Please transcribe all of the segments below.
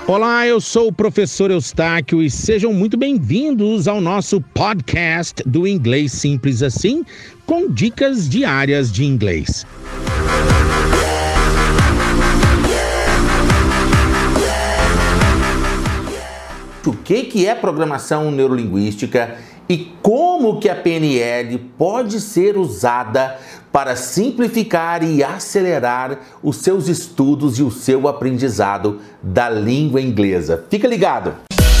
Olá, eu sou o professor Eustáquio e sejam muito bem-vindos ao nosso podcast do Inglês Simples Assim, com dicas diárias de inglês. O que é programação neurolinguística e como que a PNL pode ser usada para simplificar e acelerar os seus estudos e o seu aprendizado da língua inglesa. Fica ligado!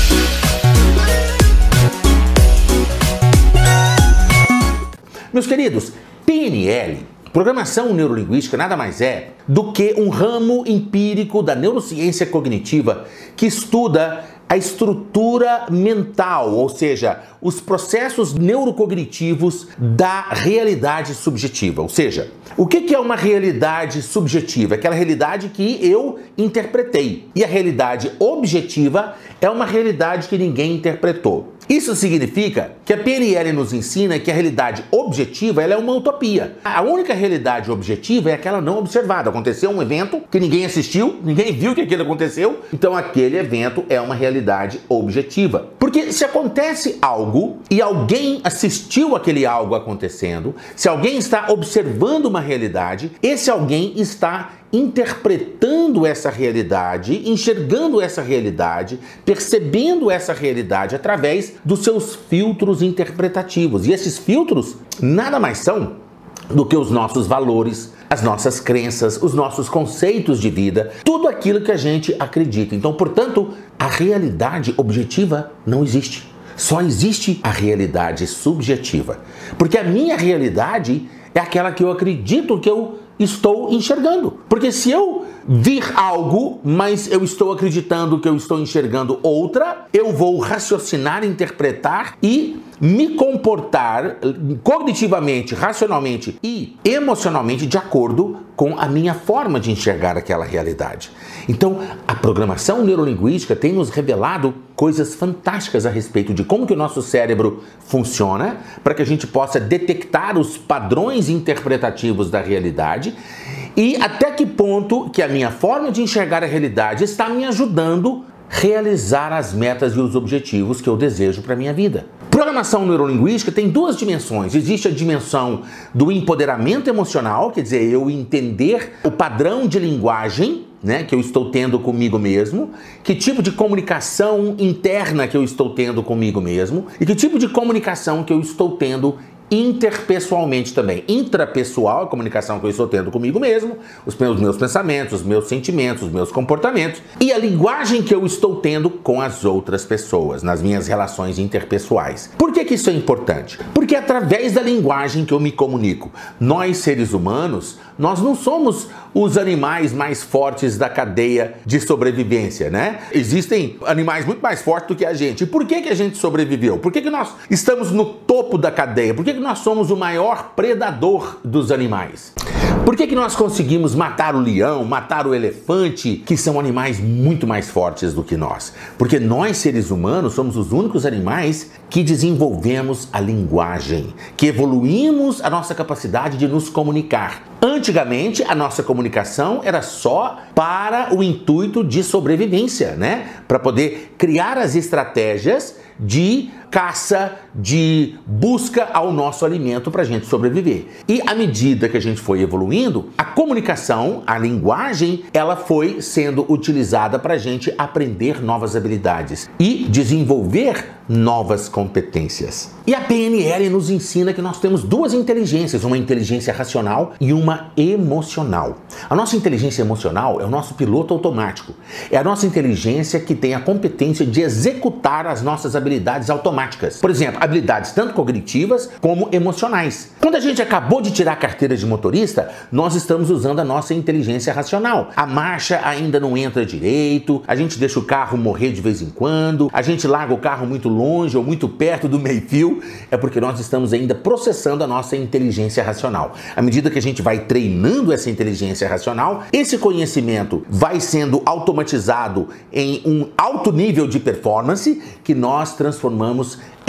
Meus queridos, PNL, programação neurolinguística, nada mais é do que um ramo empírico da neurociência cognitiva que estuda a estrutura mental, ou seja, os processos neurocognitivos da realidade subjetiva. Ou seja, o que é uma realidade subjetiva? Aquela realidade que eu interpretei. E a realidade objetiva é uma realidade que ninguém interpretou. Isso significa que a PNL nos ensina que a realidade objetiva ela é uma utopia. A única realidade objetiva é aquela não observada. Aconteceu um evento que ninguém assistiu, ninguém viu que aquilo aconteceu, então aquele evento é uma realidade objetiva. Porque se acontece algo e alguém assistiu aquele algo acontecendo, se alguém está observando uma realidade, esse alguém está interpretando essa realidade, enxergando essa realidade, percebendo essa realidade através dos seus filtros interpretativos. E esses filtros nada mais são do que os nossos valores, as nossas crenças, os nossos conceitos de vida, tudo aquilo que a gente acredita. Então, portanto, a realidade objetiva não existe. Só existe a realidade subjetiva. Porque a minha realidade é aquela que eu acredito que eu estou enxergando. Porque se eu vir algo, mas eu estou acreditando que eu estou enxergando outra, eu vou raciocinar, interpretar e me comportar cognitivamente, racionalmente e emocionalmente de acordo com a minha forma de enxergar aquela realidade. Então, a programação neurolinguística tem nos revelado coisas fantásticas a respeito de como que o nosso cérebro funciona, para que a gente possa detectar os padrões interpretativos da realidade e até que ponto que a minha forma de enxergar a realidade está me ajudando a realizar as metas e os objetivos que eu desejo para a minha vida. Programação neurolinguística tem duas dimensões. Existe a dimensão do empoderamento emocional, quer dizer, eu entender o padrão de linguagem, que eu estou tendo comigo mesmo, que tipo de comunicação interna que eu estou tendo comigo mesmo e que tipo de comunicação que eu estou tendo interpessoalmente também. Intrapessoal, a comunicação que eu estou tendo comigo mesmo, os meus pensamentos, os meus sentimentos, os meus comportamentos e a linguagem que eu estou tendo com as outras pessoas, nas minhas relações interpessoais. Por que isso é importante? Porque através da linguagem que eu me comunico, nós seres humanos, nós não somos os animais mais fortes da cadeia de sobrevivência, Existem animais muito mais fortes do que a gente. E por que a gente sobreviveu? Por que nós estamos no topo da cadeia? Por que nós somos o maior predador dos animais? Por que nós conseguimos matar o leão, matar o elefante, que são animais muito mais fortes do que nós? Porque nós, seres humanos, somos os únicos animais que desenvolvemos a linguagem, que evoluímos a nossa capacidade de nos comunicar. Antigamente, a nossa comunicação era só para o intuito de sobrevivência, Para poder criar as estratégias de caça, de busca ao nosso alimento para a gente sobreviver. E à medida que a gente foi evoluindo, a comunicação, a linguagem, ela foi sendo utilizada para a gente aprender novas habilidades e desenvolver novas competências. E a PNL nos ensina que nós temos duas inteligências, uma inteligência racional e uma emocional. A nossa inteligência emocional é o nosso piloto automático. É a nossa inteligência que tem a competência de executar as nossas habilidades automáticas. Por exemplo, habilidades tanto cognitivas como emocionais. Quando a gente acabou de tirar a carteira de motorista, nós estamos usando a nossa inteligência racional. A marcha ainda não entra direito, a gente deixa o carro morrer de vez em quando, a gente larga o carro muito longe ou muito perto do meio-fio, é porque nós estamos ainda processando a nossa inteligência racional. À medida que a gente vai treinando essa inteligência racional, esse conhecimento vai sendo automatizado em um alto nível de performance que nós transformamos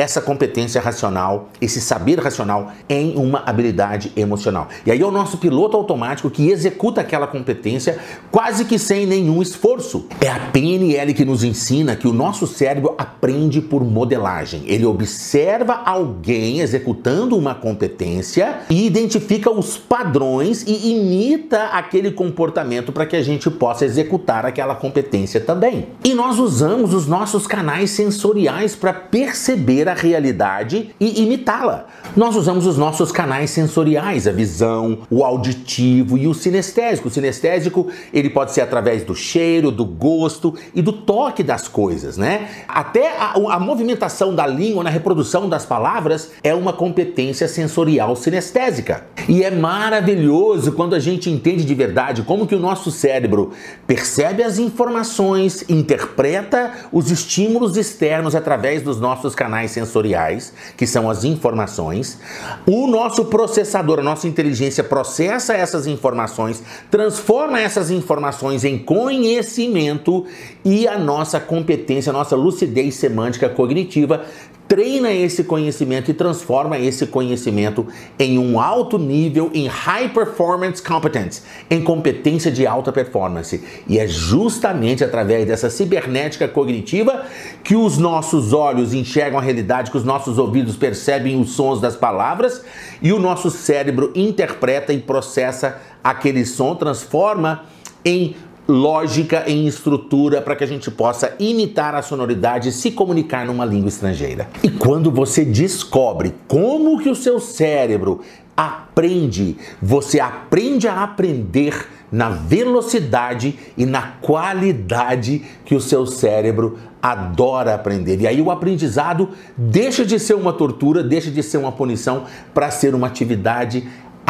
essa competência racional, esse saber racional em uma habilidade emocional. E aí é o nosso piloto automático que executa aquela competência quase que sem nenhum esforço. É a PNL que nos ensina que o nosso cérebro aprende por modelagem. Ele observa alguém executando uma competência e identifica os padrões e imita aquele comportamento para que a gente possa executar aquela competência também. E nós usamos os nossos canais sensoriais para perceber a realidade e imitá-la. Nós usamos os nossos canais sensoriais, a visão, o auditivo e o sinestésico. O sinestésico, ele pode ser através do cheiro, do gosto e do toque das coisas, né? Até a movimentação da língua na reprodução das palavras é uma competência sensorial sinestésica. E é maravilhoso quando a gente entende de verdade como que o nosso cérebro percebe as informações, interpreta os estímulos externos através dos nossos canais sensoriais, que são as informações. O nosso processador, a nossa inteligência processa essas informações, transforma essas informações em conhecimento e a nossa competência, a nossa lucidez semântica cognitiva treina esse conhecimento e transforma esse conhecimento em um alto nível, em high performance competence, em competência de alta performance. E é justamente através dessa cibernética cognitiva que os nossos olhos enxergam a realidade, que os nossos ouvidos percebem os sons das palavras e o nosso cérebro interpreta e processa aquele som, transforma em lógica, em estrutura, para que a gente possa imitar a sonoridade e se comunicar numa língua estrangeira. E quando você descobre como que o seu cérebro aprende, você aprende a aprender na velocidade e na qualidade que o seu cérebro adora aprender. E aí o aprendizado deixa de ser uma tortura, deixa de ser uma punição para ser uma atividade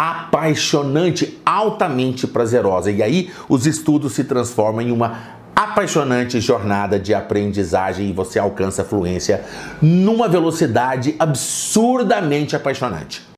apaixonante, altamente prazerosa. E aí os estudos se transformam em uma apaixonante jornada de aprendizagem e você alcança a fluência numa velocidade absurdamente apaixonante.